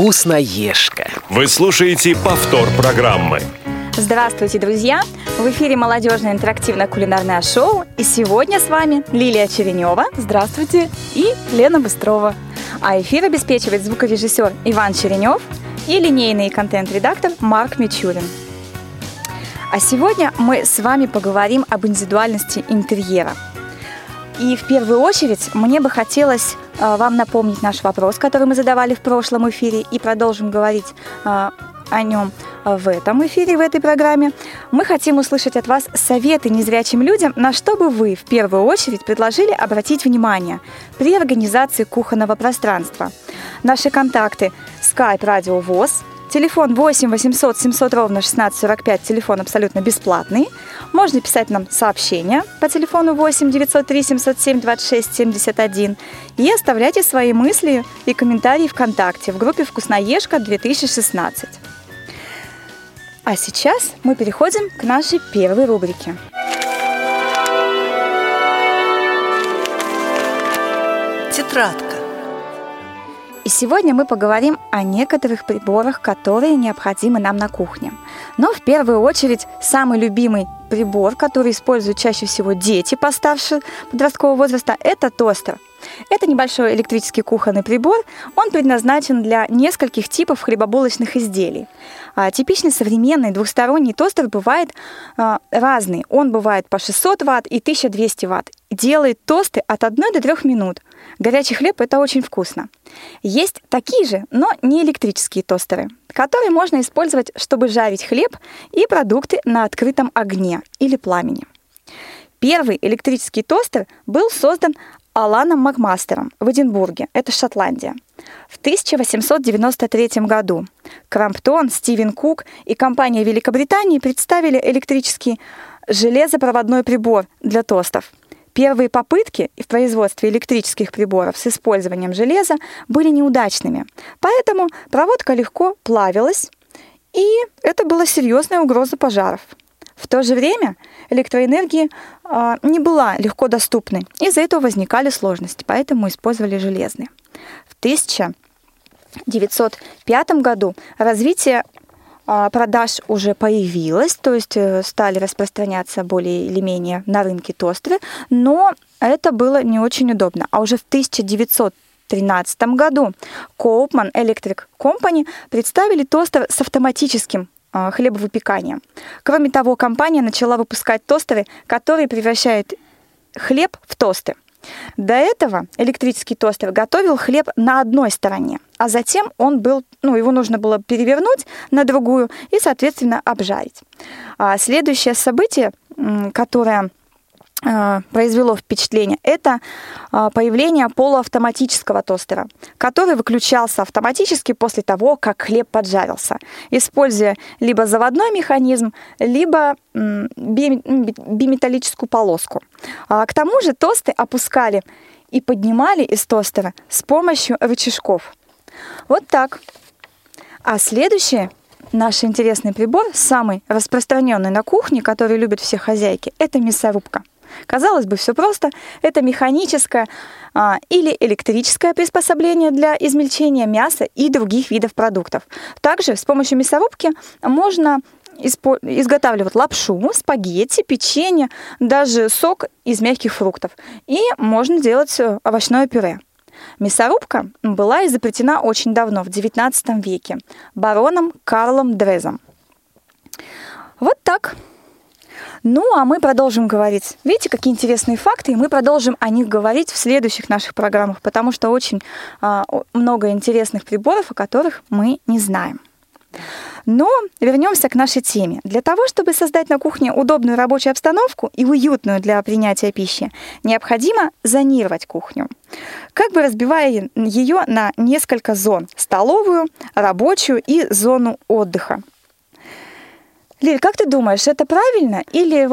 Вкусноежка. Вы слушаете повтор программы. Здравствуйте, друзья! В эфире молодежное интерактивно-кулинарное шоу. И сегодня с вами Лилия Черенева. Здравствуйте! И Лена Быстрова. А эфир обеспечивает звукорежиссер Иван Черенев и линейный контент-редактор Марк Мичурин. А сегодня мы с вами поговорим об индивидуальности интерьера. И в первую очередь мне бы хотелось вам напомнить наш вопрос, который мы задавали в прошлом эфире, и продолжим говорить о нем в этом эфире, в этой программе. Мы хотим услышать от вас советы незрячим людям, на что бы вы в первую очередь предложили обратить внимание при организации кухонного пространства. Наши контакты: Skype, Радио ВОС, телефон 8 800 700 ровно 1645, телефон абсолютно бесплатный. Можно писать нам сообщения по телефону 8 903 707 26 71 и оставляйте свои мысли и комментарии ВКонтакте в группе «Вкусноежка 2016». А сейчас мы переходим к нашей первой рубрике. Тетрадка. И сегодня мы поговорим о некоторых приборах, которые необходимы нам на кухне. Но в первую очередь самый любимый прибор, который используют чаще всего дети постарше подросткового возраста, это тостер. Это небольшой электрический кухонный прибор. Он предназначен для нескольких типов хлебобулочных изделий. Типичный современный двухсторонний тостер бывает разный. Он бывает по 600 Вт и 1200 Вт. Делает тосты от 1 до 3 минут. Горячий хлеб – это очень вкусно. Есть такие же, но не электрические тостеры, которые можно использовать, чтобы жарить хлеб и продукты на открытом огне или пламени. Первый электрический тостер был создан Аланом Макмастером в Эдинбурге, это Шотландия, в 1893 году. Крамптон, Стивен Кук и компания Великобритании представили электрический железопроводной прибор для тостов. Первые попытки в производстве электрических приборов с использованием железа были неудачными, поэтому проводка легко плавилась, и это была серьезная угроза пожаров. В то же время электроэнергия не была легко доступной, из-за этого возникали сложности, поэтому использовали железные. В 1905 году развитие продаж уже появилось, то есть стали распространяться более или менее на рынке тостеры, но это было не очень удобно. А уже в 1913 году Коупман Electric Company представили тостер с автоматическим хлебовыпеканием. Кроме того, компания начала выпускать тостеры, которые превращают хлеб в тосты. До этого электрический тостер готовил хлеб на одной стороне, а затем его нужно было перевернуть на другую и, соответственно, обжарить. Следующее событие, которое произвело впечатление, это появление полуавтоматического тостера, который выключался автоматически после того, как хлеб поджарился, используя либо заводной механизм, либо биметаллическую полоску. К тому же тосты опускали и поднимали из тостера с помощью рычажков. Вот так. А следующий наш интересный прибор, самый распространенный на кухне, который любят все хозяйки, это мясорубка. Казалось бы, все просто. Это механическое или электрическое приспособление для измельчения мяса и других видов продуктов. Также с помощью мясорубки можно изготавливать лапшу, спагетти, печенье, даже сок из мягких фруктов. И можно делать овощное пюре. Мясорубка была изобретена очень давно, в XIX веке, бароном Карлом Дрезом. Вот так. Ну, а мы продолжим говорить. Видите, какие интересные факты, и мы продолжим о них говорить в следующих наших программах, потому что очень много интересных приборов, о которых мы не знаем. Но вернемся к нашей теме. Для того, чтобы создать на кухне удобную рабочую обстановку и уютную для принятия пищи, необходимо зонировать кухню, как бы разбивая ее на несколько зон: столовую, рабочую и зону отдыха. Лиль, как ты думаешь, это правильно или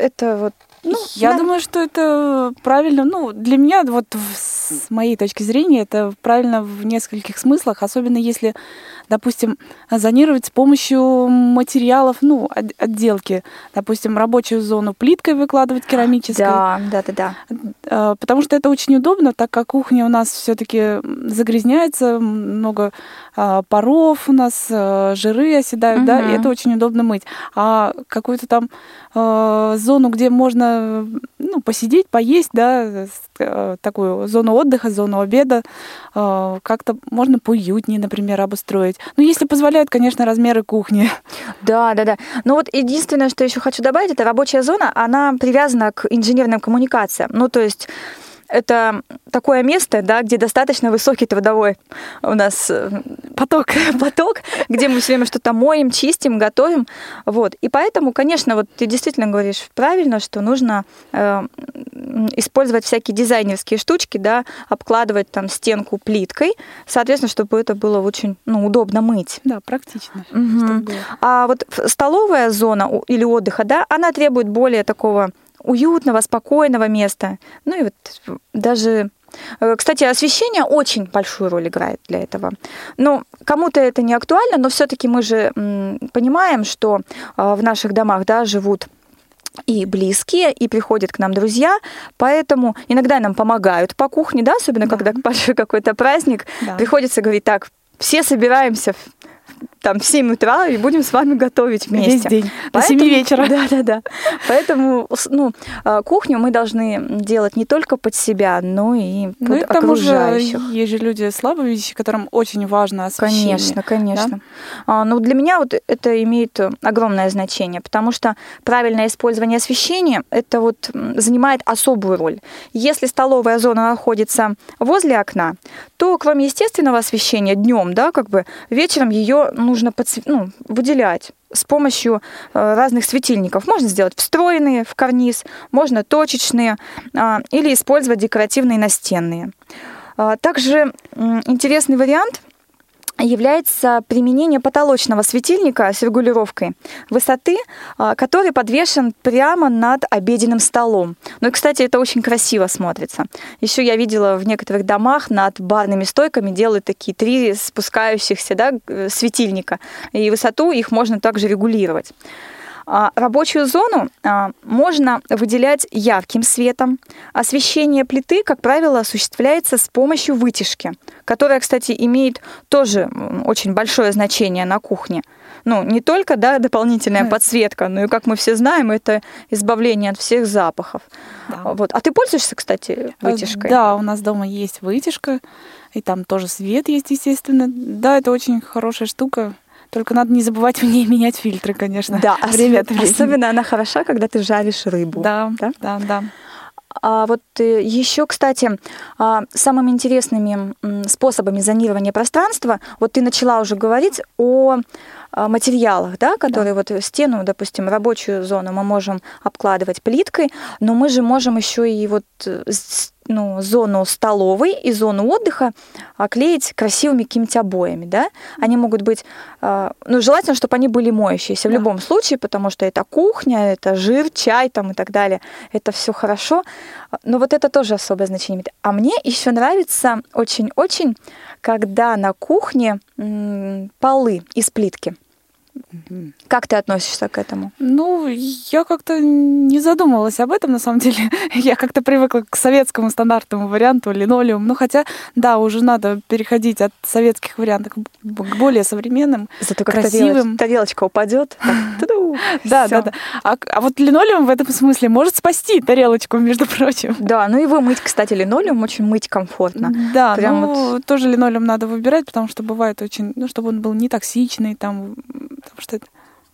Я думаю, что это правильно. Для меня, с моей точки зрения, это правильно в нескольких смыслах, особенно если допустим, зонировать с помощью материалов, отделки. Допустим, рабочую зону плиткой выкладывать керамической. Да. Потому что это очень удобно, так как кухня у нас все-таки загрязняется, много паров у нас, жиры оседают, да, и это очень удобно мыть. А какую-то там зону, где можно посидеть, поесть, да, такую зону отдыха, зону обеда, как-то можно поуютнее, например, обустроить. Если позволяют, конечно, размеры кухни. Да. Но вот единственное, что еще хочу добавить, это рабочая зона, она привязана к инженерным коммуникациям. То есть это такое место, да, где достаточно высокий трудовой у нас поток, где мы все время что-то моем, чистим, готовим. Вот. И поэтому, конечно, вот ты действительно говоришь правильно, что нужно использовать всякие дизайнерские штучки, да, обкладывать там стенку плиткой, соответственно, чтобы это было очень удобно мыть. Да, практично. А вот столовая зона или отдыха, да, она требует более такого уютного, спокойного места. И вот даже... Кстати, освещение очень большую роль играет для этого. Кому-то это не актуально, но все-таки мы же понимаем, что в наших домах, да, живут и близкие, и приходят к нам друзья, поэтому иногда нам помогают по кухне, да, особенно когда большой какой-то праздник, приходится говорить: так, все собираемся в 7 утра и будем с вами готовить вместе. Весь день, до 7 вечера. Да. Поэтому кухню мы должны делать не только под себя, но и под окружающих. К тому же есть же люди слабовидящие, которым очень важно освещение. Конечно. Да? Для меня вот это имеет огромное значение, потому что правильное использование освещения это вот занимает особую роль. Если столовая зона находится возле окна, то кроме естественного освещения днем, да, вечером ее нужно выделять с помощью разных светильников. Можно сделать встроенные в карниз, можно точечные или использовать декоративные настенные. Также интересный вариант является применение потолочного светильника с регулировкой высоты, который подвешен прямо над обеденным столом. И, кстати, это очень красиво смотрится. Еще я видела в некоторых домах над барными стойками делают такие 3 спускающихся, да, светильника, и высоту их можно также регулировать. Рабочую зону можно выделять ярким светом. Освещение плиты, как правило, осуществляется с помощью вытяжки, которая, кстати, имеет тоже очень большое значение на кухне. Не только, да, дополнительная подсветка, но и, как мы все знаем, это избавление от всех запахов. Да. Вот. А ты пользуешься, кстати, вытяжкой? Да, у нас дома есть вытяжка, и там тоже свет есть, естественно. Да, это очень хорошая штука. Только надо не забывать в ней менять фильтры, конечно. Да, особенно она хороша, когда ты жаришь рыбу. Да. А вот еще, кстати, самыми интересными способами зонирования пространства, вот ты начала уже говорить о материалах, да, которые вот стену, допустим, рабочую зону мы можем обкладывать плиткой, но мы же можем еще и вот зону столовой и зону отдыха оклеить красивыми какими-то обоями, да? Они могут быть, желательно, чтобы они были моющиеся в любом случае, потому что это кухня, это жир, чай там и так далее, это все хорошо, но вот это тоже особое значение имеет. А мне еще нравится очень-очень, когда на кухне полы из плитки. Как ты относишься к этому? Я как-то не задумывалась об этом, на самом деле. Я как-то привыкла к советскому стандартному варианту линолеум. Хотя, да, уже надо переходить от советских вариантов к более современным, зато красивым. Тарелочка упадет. Да. А вот линолеум в этом смысле может спасти тарелочку, между прочим. Да, и вымыть, кстати, линолеум очень мыть комфортно. Да, тоже линолеум надо выбирать, потому что бывает очень, чтобы он был не токсичный, потому что это...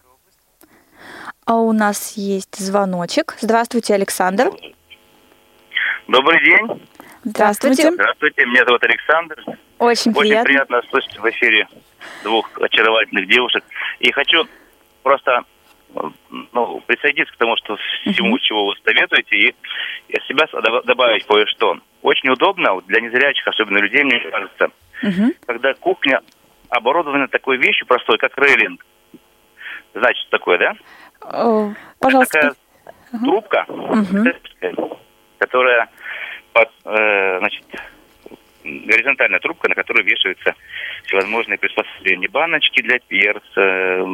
А у нас есть звоночек. Здравствуйте, Александр. Добрый день. Здравствуйте. Здравствуйте, меня зовут Александр. Очень приятно слышать в эфире 2 очаровательных девушек. И хочу просто присоединиться к тому, всему, чего вы советуете, и от себя добавить кое-что. Очень удобно для незрячих, особенно людей, мне кажется, когда кухня оборудована такой вещью простой, как рейлинг. Знаете, что такое, да? Пожалуйста. Такая трубка, которая горизонтальная трубка, на которую вешаются всевозможные приспособления. Баночки для перца,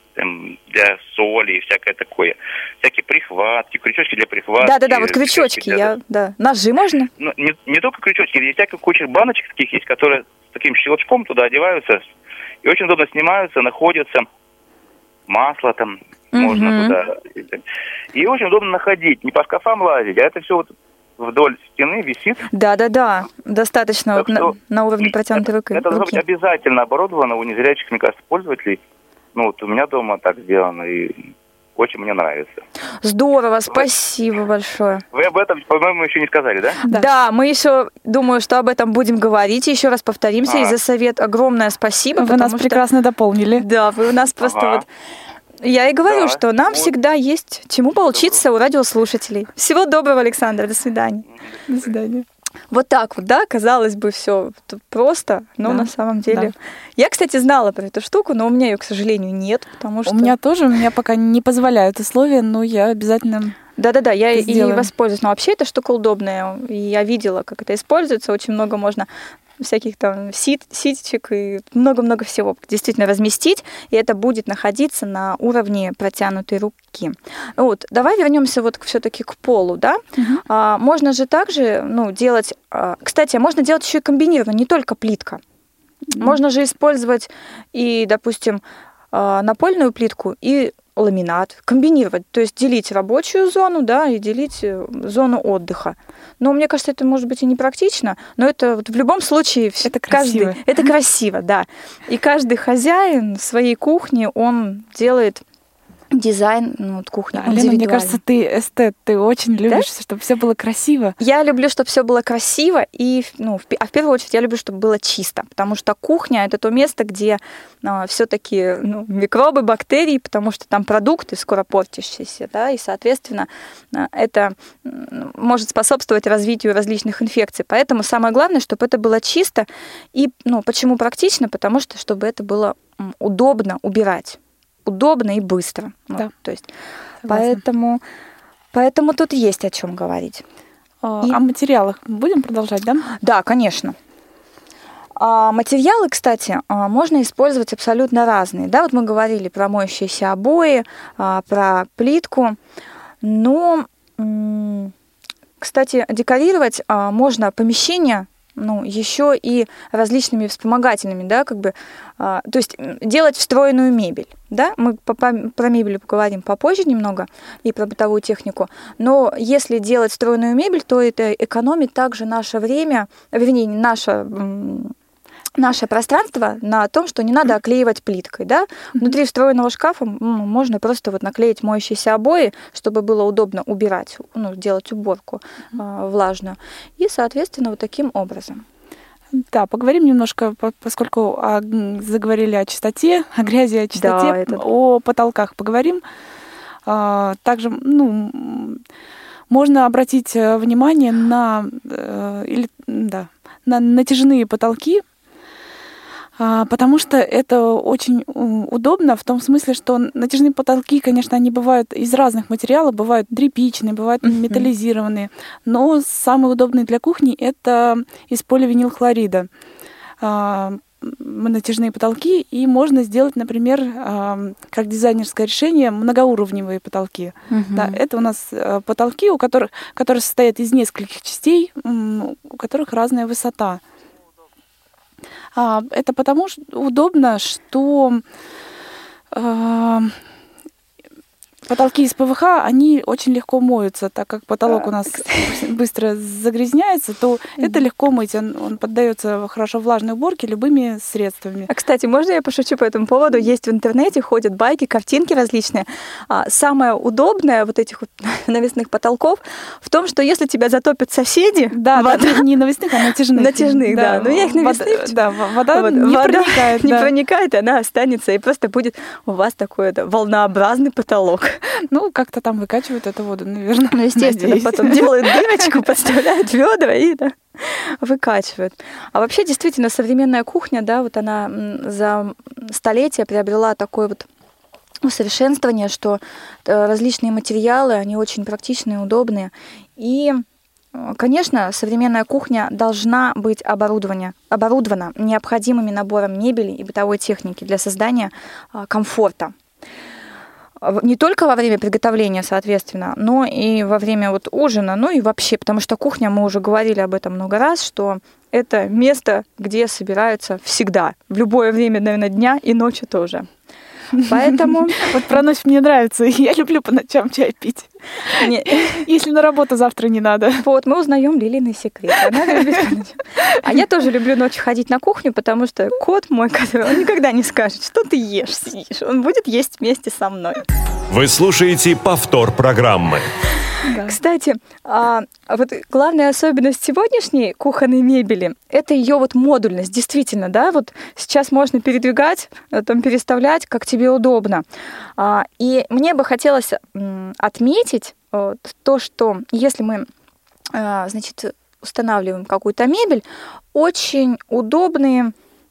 для соли и всякое такое. Всякие прихватки, крючочки для прихватки. Да, вот крючочки. Ножи можно? Ну, не только крючочки, есть всякая куча баночек таких есть, которые с таким щелчком туда одеваются и очень удобно снимаются, находятся. Масло там можно туда. И очень удобно находить, не по шкафам лазить, а это все вот вдоль стены висит. Да, достаточно вот на уровне протянутой руки. Это должно быть обязательно оборудовано у незрячих, мне кажется, пользователей. Ну вот у меня дома так сделано, и очень мне нравится. Здорово, спасибо большое. Вы об этом, по-моему, еще не сказали, да? Да, мы еще, думаю, что об этом будем говорить. Еще раз повторимся. И за совет огромное спасибо. Вы нас прекрасно дополнили. Да, вы у нас просто вот... Я и говорю, что нам всегда есть чему поучиться у радиослушателей. Всего доброго, Александр. До свидания. До свидания. Вот так вот, да, казалось бы, все просто, но на самом деле... Да. Я, кстати, знала про эту штуку, но у меня ее, к сожалению, нет, потому что... У меня тоже, у меня пока не позволяют условия, но я обязательно... Да, я и воспользуюсь. Но вообще эта штука удобная, и я видела, как это используется, очень много можно всяких там ситечек и много-много всего действительно разместить, и это будет находиться на уровне протянутой руки. Вот, давай вернемся вот все-таки к полу, да? Можно же также, делать... Кстати, можно делать еще и комбинированно, не только плитка. Можно же использовать и, допустим, напольную плитку и ламинат, комбинировать, то есть делить рабочую зону, да, и делить зону отдыха. Но мне кажется, это может быть и непрактично, но это вот в любом случае это красиво. Это красиво, да. И каждый хозяин своей кухни, он делает дизайн кухни. Лена, мне кажется, ты эстет, ты очень любишь, чтобы все было красиво. Я люблю, чтобы все было красиво, и в первую очередь я люблю, чтобы было чисто, потому что кухня — это то место, где все-таки микробы, бактерии, потому что там продукты скоро портящиеся, да, и, соответственно, это может способствовать развитию различных инфекций. Поэтому самое главное, чтобы это было чисто, и почему практично? Потому что чтобы это было удобно убирать. Удобно и быстро. Да. То есть, поэтому тут есть о чем говорить. О материалах будем продолжать, да? Да, конечно. Материалы, кстати, можно использовать абсолютно разные. Да, вот мы говорили про моющиеся обои, про плитку. Но, кстати, декорировать можно помещение еще и различными вспомогательными, да, то есть делать встроенную мебель, да, мы про мебель поговорим попозже немного и про бытовую технику, но если делать встроенную мебель, то это экономит также наше время, вернее, наше пространство на том, что не надо оклеивать плиткой, да. Внутри встроенного шкафа можно просто вот наклеить моющиеся обои, чтобы было удобно убирать, делать уборку влажную. И, соответственно, вот таким образом. Да, поговорим немножко, поскольку заговорили о чистоте, о грязи, о чистоте, о потолках поговорим. Также, можно обратить внимание на натяжные потолки, потому что это очень удобно в том смысле, что натяжные потолки, конечно, они бывают из разных материалов, бывают тряпичные, бывают металлизированные, но самый удобный для кухни — это из поливинилхлорида натяжные потолки, и можно сделать, например, как дизайнерское решение, многоуровневые потолки. Да, это у нас потолки, которые состоят из нескольких частей, у которых разная высота. Это потому что удобно, что потолки из ПВХ, они очень легко моются, так как потолок у нас быстро загрязняется, то это легко мыть, он поддается хорошо влажной уборке любыми средствами. Кстати, можно я пошучу по этому поводу? Есть в интернете, ходят байки, картинки различные. Самое удобное вот этих вот навесных потолков в том, что если тебя затопят соседи... Да, не навесных, а натяжных. Натяжных, да. Но я их навесных... Да, вода не проникает. Не проникает, она останется, и просто будет у вас такой волнообразный потолок. Как-то там выкачивают эту воду, наверное. Естественно, надеюсь. Потом делают дырочку, подставляют ведра и выкачивают. А вообще, действительно, современная кухня, да, вот она за столетия приобрела такое вот усовершенствование, что различные материалы, они очень практичные, удобные. И конечно, современная кухня должна быть оборудована необходимыми набором мебели и бытовой техники для создания комфорта. Не только во время приготовления, соответственно, но и во время ужина, ну и вообще, потому что кухня, мы уже говорили об этом много раз, что это место, где собираются всегда, в любое время, наверное, дня и ночи тоже. Поэтому... Вот про ночь мне нравится. Я люблю по ночам чай пить. Если на работу завтра не надо. Вот, мы узнаем Лилины секреты. Она любит по ночам. А я тоже люблю ночью ходить на кухню, потому что кот мой, который, он никогда не скажет, что ты ешь, сидишь. Он будет есть вместе со мной. Вы слушаете повтор программы. Да. Кстати, вот главная особенность сегодняшней кухонной мебели – это ее модульность. Действительно, да, вот сейчас можно передвигать, там, переставлять, как тебе удобно. И мне бы хотелось отметить то, что если мы, значит, устанавливаем какую-то мебель, очень удобные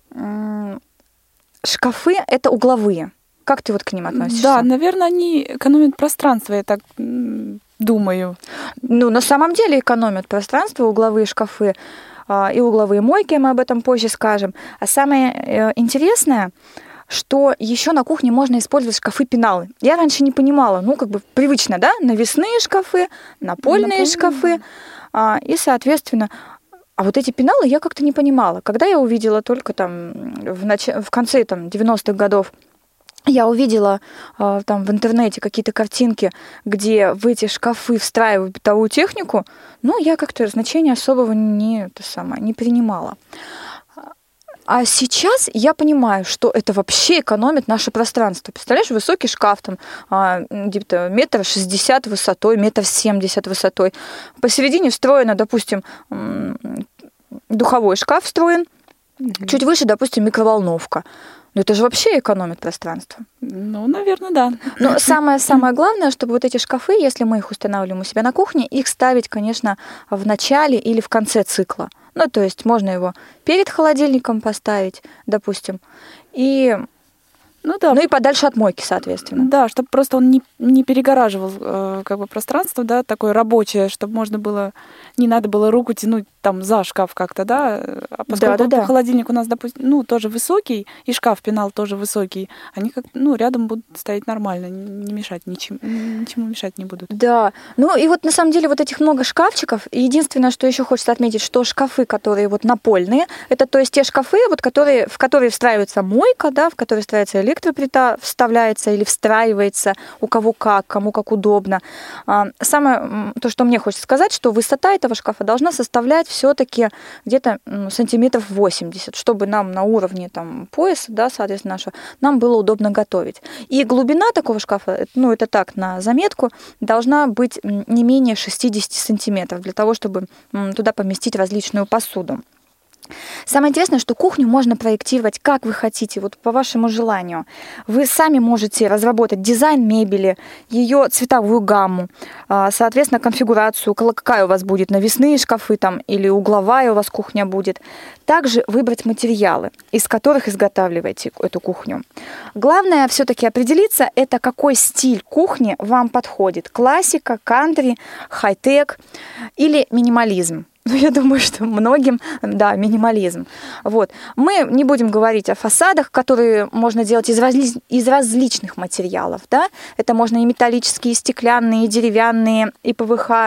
шкафы – это угловые. Как ты к ним относишься? Да, наверное, они экономят пространство, я так думаю. Ну, на самом деле экономят пространство, угловые шкафы и угловые мойки, мы об этом позже скажем. А самое интересное, что еще на кухне можно использовать шкафы-пеналы. Я раньше не понимала, привычно, да, навесные шкафы, напольные шкафы, и, соответственно, а вот эти пеналы я как-то не понимала. Когда я увидела только там в конце 90-х годов, я увидела там в интернете какие-то картинки, где в эти шкафы встраивают бытовую технику, но я как-то значения особого не принимала. А сейчас я понимаю, что это вообще экономит наше пространство. Представляешь, высокий шкаф, там, где-то 1,60 м высотой, 1,70 м высотой. Посередине встроено, допустим, духовой шкаф встроен, чуть выше, допустим, микроволновка. Но это же вообще экономит пространство. Ну, наверное, да. Но самое главное, чтобы вот эти шкафы, если мы их устанавливаем у себя на кухне, их ставить, конечно, в начале или в конце цикла. Ну, то есть можно его перед холодильником поставить, допустим, и... Ну и подальше от мойки, соответственно. Да, чтобы просто он не перегораживал пространство, да, такое рабочее, чтобы можно было, не надо было руку тянуть там за шкаф как-то, да. А поскольку холодильник у нас, допустим, тоже высокий, и шкаф-пенал тоже высокий, они рядом будут стоять нормально, не мешать ничему мешать не будут. Да, и на самом деле этих много шкафчиков. И единственное, что еще хочется отметить, что шкафы, которые напольные, это то есть те шкафы, в которые встраивается мойка, да, в которые встраивается электроплита, вставляется или встраивается, у кого как, кому как удобно. Самое, то, что мне хочется сказать, что высота этого шкафа должна составлять все-таки где-то сантиметров 80, чтобы нам на уровне пояса, да, соответственно, нашего, нам было удобно готовить. И глубина такого шкафа, это так, на заметку, должна быть не менее 60 сантиметров для того, чтобы туда поместить различную посуду. Самое интересное, что кухню можно проектировать, как вы хотите, по вашему желанию. Вы сами можете разработать дизайн мебели, ее цветовую гамму, соответственно, конфигурацию, какая у вас будет, навесные шкафы или угловая у вас кухня будет. Также выбрать материалы, из которых изготавливаете эту кухню. Главное все-таки определиться, это какой стиль кухни вам подходит. Классика, кантри, хай-тек или минимализм. Я думаю, что многим, да, минимализм. Мы не будем говорить о фасадах, которые можно делать из различных материалов. Да? Это можно и металлические, и стеклянные, и деревянные, и ПВХ,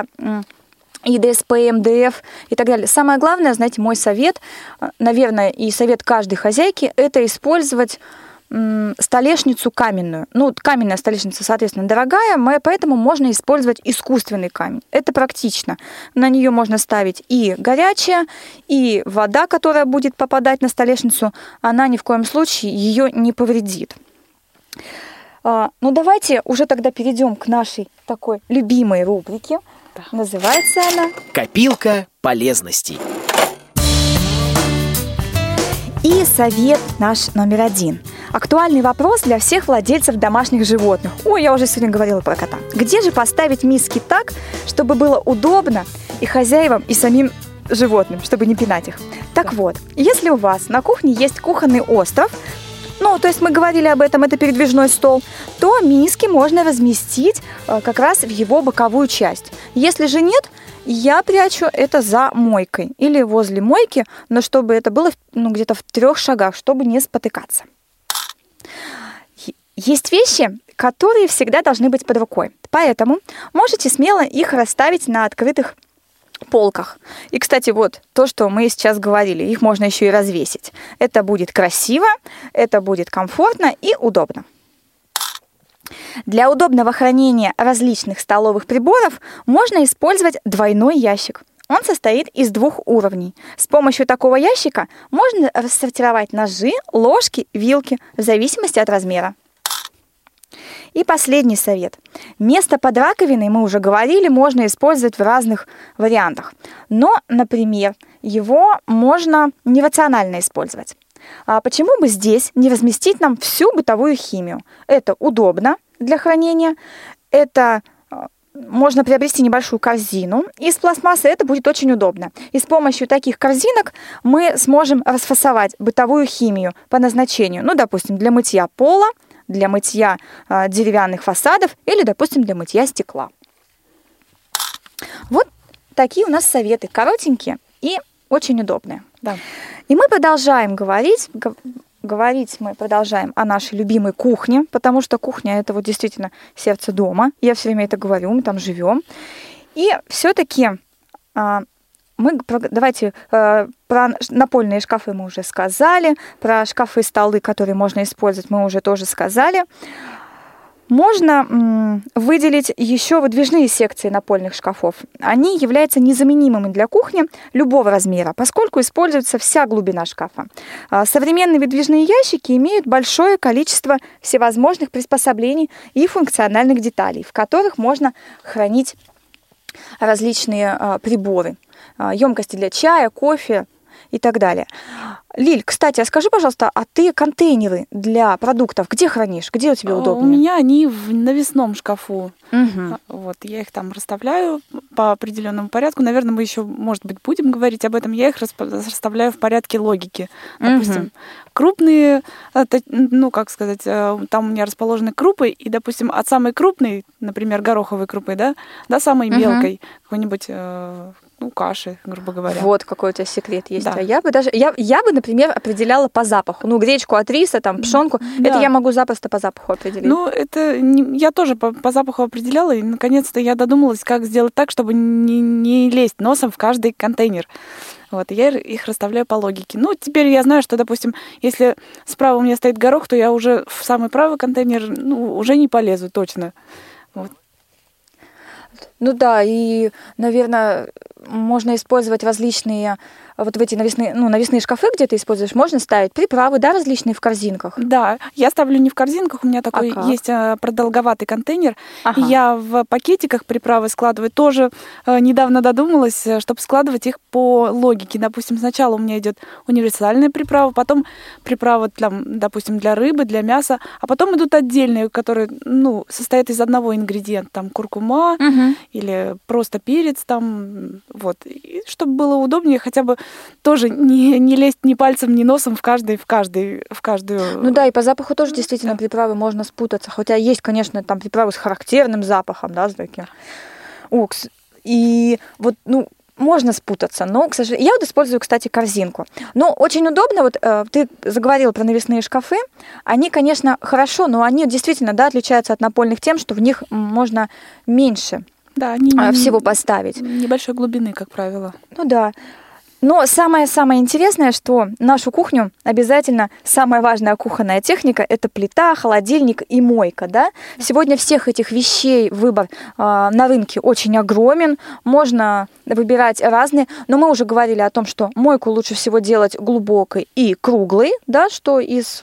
и ДСП, МДФ и так далее. Самое главное, знаете, мой совет, наверное, и совет каждой хозяйки, это использовать столешницу каменную. Каменная столешница, соответственно, дорогая, поэтому можно использовать искусственный камень. Это практично. На нее можно ставить и горячее, и вода, которая будет попадать на столешницу, она ни в коем случае ее не повредит. Давайте уже тогда перейдем к нашей такой любимой рубрике. Да. Называется она «Копилка полезностей». И совет наш номер 1. Актуальный вопрос для всех владельцев домашних животных. Я уже сегодня говорила про кота. Где же поставить миски так, чтобы было удобно и хозяевам, и самим животным, чтобы не пинать их? Так вот, если у вас на кухне есть кухонный остров, то есть мы говорили об этом, это передвижной стол, то миски можно разместить как раз в его боковую часть. Если же нет, я прячу это за мойкой или возле мойки, но чтобы это было где-то в 3 шагах, чтобы не спотыкаться. Есть вещи, которые всегда должны быть под рукой, поэтому можете смело их расставить на открытых полках. И, кстати, вот то, что мы сейчас говорили, их можно еще и развесить. Это будет красиво, это будет комфортно и удобно. Для удобного хранения различных столовых приборов можно использовать двойной ящик. Он состоит из 2 уровней. С помощью такого ящика можно рассортировать ножи, ложки, вилки в зависимости от размера. И последний совет. Место под раковиной, мы уже говорили, можно использовать в разных вариантах. Но, например, его можно нерационально использовать. А почему бы здесь не разместить нам всю бытовую химию? Это удобно для хранения, это можно приобрести небольшую корзину из пластмассы, это будет очень удобно. И с помощью таких корзинок мы сможем расфасовать бытовую химию по назначению. Ну, допустим, для мытья пола, для мытья деревянных фасадов или, допустим, для мытья стекла. Вот такие у нас советы, коротенькие и очень удобные. Да. И мы продолжаем говорить мы продолжаем о нашей любимой кухне, потому что кухня – это вот действительно сердце дома. Я все время это говорю, мы там живем. И все-таки давайте про напольные шкафы мы уже сказали, про шкафы, столы, которые можно использовать, мы уже тоже сказали. Можно выделить еще выдвижные секции напольных шкафов. Они являются незаменимыми для кухни любого размера, поскольку используется вся глубина шкафа. Современные выдвижные ящики имеют большое количество всевозможных приспособлений и функциональных деталей, в которых можно хранить различные приборы, емкости для чая, кофе и так далее. Лиль, кстати, а скажи, пожалуйста, а ты контейнеры для продуктов где хранишь? Где у тебя удобнее? У меня они в навесном шкафу. Угу. Вот, я их там расставляю по определенному порядку. Наверное, мы еще, может быть, будем говорить об этом. Я их расставляю в порядке логики. Допустим, крупные, ну, как сказать, там у меня расположены крупы, и, допустим, от самой крупной, например, гороховой крупы, да, до самой мелкой, какой-нибудь каши, грубо говоря. Вот какой у тебя секрет есть. Да. А я бы, например, определяла по запаху. Ну, гречку от риса, там, пшенку. Да. Это я могу запросто по запаху определить. Ну, это я тоже по запаху определяла, и наконец-то я додумалась, как сделать так, чтобы не лезть носом в каждый контейнер. Вот, и я их расставляю по логике. Ну, теперь я знаю, что, допустим, если справа у меня стоит горох, то я уже в самый правый контейнер уже не полезу, точно. Вот. Ну да, и, наверное, можно использовать различные, вот в эти навесные шкафы, где ты используешь, можно ставить приправы, да, различные в корзинках? Да, я ставлю не в корзинках, у меня такой есть продолговатый контейнер, и я в пакетиках приправы складываю. Тоже недавно додумалась, чтобы складывать их по логике. Допустим, сначала у меня идет универсальная приправа, потом приправа, допустим, для рыбы, для мяса, а потом идут отдельные, которые, состоят из одного ингредиента, там, куркума или просто перец, там, вот. И чтобы было удобнее, хотя бы тоже не лезть ни пальцем, ни носом в каждую. Ну да, и по запаху тоже действительно приправы можно спутаться. Хотя есть, конечно, там приправы с характерным запахом, да, с таким. И вот, можно спутаться, но, к сожалению, я вот использую, кстати, корзинку. Но очень удобно, вот ты заговорила про навесные шкафы, они, конечно, хорошо, но они действительно, да, отличаются от напольных тем, что в них можно меньше всего поставить. Небольшой глубины, как правило. Ну да. Но самое интересное, что нашу кухню обязательно самая важная кухонная техника – это плита, холодильник и мойка. Да? Сегодня всех этих вещей выбор на рынке очень огромен, можно выбирать разные. Но мы уже говорили о том, что мойку лучше всего делать глубокой и круглой, да, что из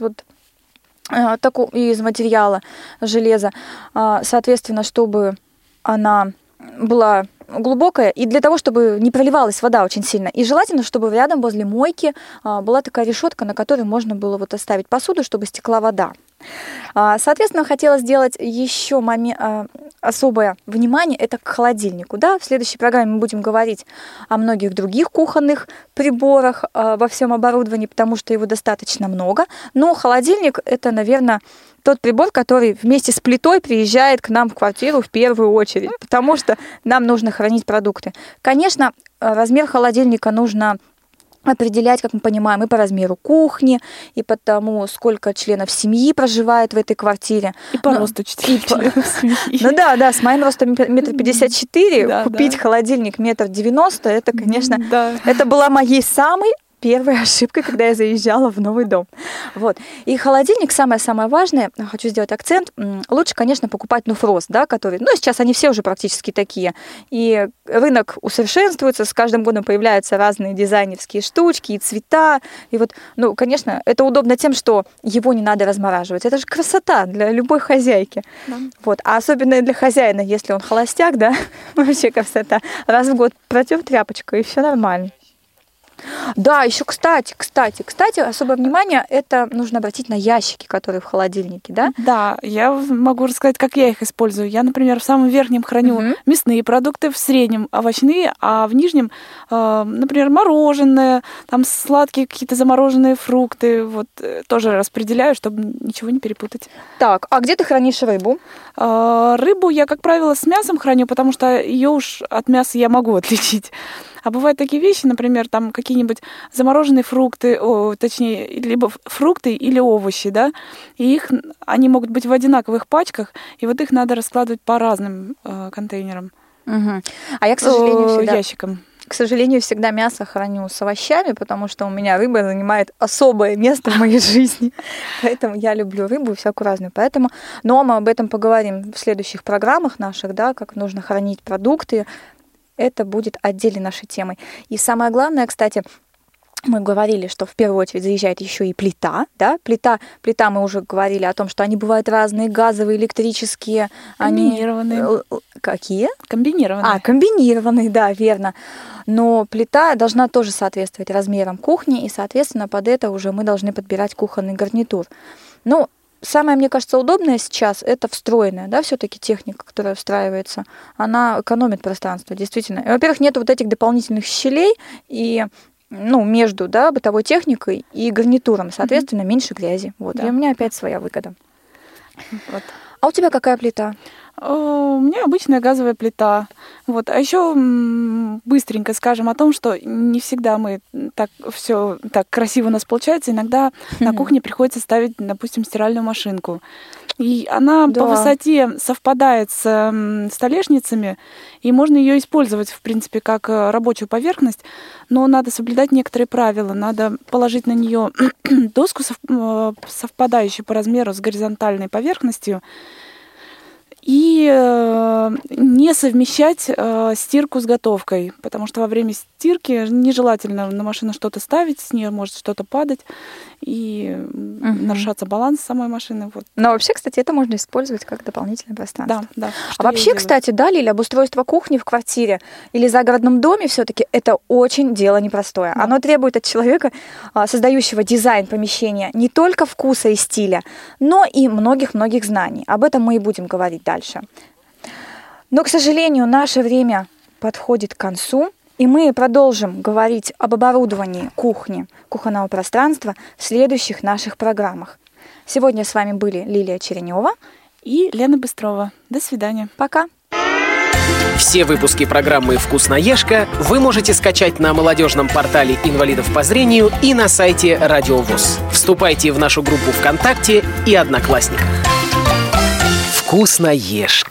материала железа, соответственно, чтобы она была глубокая, и для того, чтобы не проливалась вода очень сильно. И желательно, чтобы рядом возле мойки была такая решетка, на которой можно было вот оставить посуду, чтобы стекла вода. Соответственно, хотела сделать еще особое внимание это к холодильнику. Да? В следующей программе мы будем говорить о многих других кухонных приборах, во всем оборудовании, потому что его достаточно много. Но холодильник это, наверное, тот прибор, который вместе с плитой приезжает к нам в квартиру в первую очередь, потому что нам нужно хранить продукты. Конечно, размер холодильника нужно определять, как мы понимаем, и по размеру кухни, и по тому, сколько членов семьи проживает в этой квартире. И по росту членов семьи. Ну да, с моим ростом 1,54 м купить холодильник 1,90 м, это, конечно, это была моей самой первой ошибкой, когда я заезжала в новый дом. Вот. И холодильник, самое-самое важное, хочу сделать акцент, лучше, конечно, покупать фрост, да, который, сейчас они все уже практически такие, и рынок усовершенствуется, с каждым годом появляются разные дизайнерские штучки и цвета, и вот, конечно, это удобно тем, что его не надо размораживать, это же красота для любой хозяйки. Да. Вот. А особенно для хозяина, если он холостяк, да, вообще красота, раз в год протер тряпочкой, и все нормально. Да, еще, кстати, особое внимание это нужно обратить на ящики, которые в холодильнике, да? Да, я могу рассказать, как я их использую. Я, например, в самом верхнем храню мясные продукты, в среднем овощные, а в нижнем, например, мороженое, там сладкие какие-то замороженные фрукты. Вот тоже распределяю, чтобы ничего не перепутать. Так, а где ты хранишь рыбу? Рыбу я, как правило, с мясом храню, потому что ее уж от мяса я могу отличить. А бывают такие вещи, например, там какие-нибудь замороженные фрукты, точнее, либо фрукты или овощи, да, и они могут быть в одинаковых пачках, и вот их надо раскладывать по разным контейнерам. Угу. А я, к сожалению, ящикам. К сожалению, всегда мясо храню с овощами, потому что у меня рыба занимает особое место в моей жизни. Поэтому я люблю рыбу всякую разную. Но мы об этом поговорим в следующих программах наших, да, как нужно хранить продукты. Это будет отдельной нашей темой. И самое главное, кстати, мы говорили, что в первую очередь заезжает еще и плита, да? Плита мы уже говорили о том, что они бывают разные, газовые, электрические. Комбинированные. Какие? Комбинированные. Комбинированные, да, верно. Но плита должна тоже соответствовать размерам кухни, и, соответственно, под это уже мы должны подбирать кухонный гарнитур. Самое, мне кажется, удобное сейчас это встроенная, да, все-таки техника, которая встраивается. Она экономит пространство, действительно. И, во-первых, нет вот этих дополнительных щелей и между бытовой техникой и гарнитуром, соответственно, меньше грязи. Вот. Да. И у меня опять своя выгода. Вот. А у тебя какая плита? У меня обычная газовая плита. Вот. А еще быстренько скажем о том, что не всегда мы все так красиво у нас получается. Иногда на кухне приходится ставить, допустим, стиральную машинку. И она по высоте совпадает с столешницами, и можно ее использовать, в принципе, как рабочую поверхность, но надо соблюдать некоторые правила. Надо положить на нее доску, совпадающую по размеру с горизонтальной поверхностью, и не совмещать стирку с готовкой, потому что во время стирки нежелательно на машину что-то ставить, с нее может что-то падать и нарушаться баланс самой машины. Вот. Но вообще, кстати, это можно использовать как дополнительное пространство. Да. А вообще, кстати, Лиля, обустройство кухни в квартире или загородном доме все-таки это очень дело непростое. Да. Оно требует от человека, создающего дизайн помещения, не только вкуса и стиля, но и многих-многих знаний. Об этом мы и будем говорить дальше. Но, к сожалению, наше время подходит к концу, и мы продолжим говорить об оборудовании кухни, кухонного пространства в следующих наших программах. Сегодня с вами были Лилия Черенева и Лена Быстрова. До свидания. Пока. Все выпуски программы «Вкусноежка» вы можете скачать на молодежном портале инвалидов по зрению и на сайте Радио ВОС. Вступайте в нашу группу ВКонтакте и Одноклассниках. «Вкусноежка».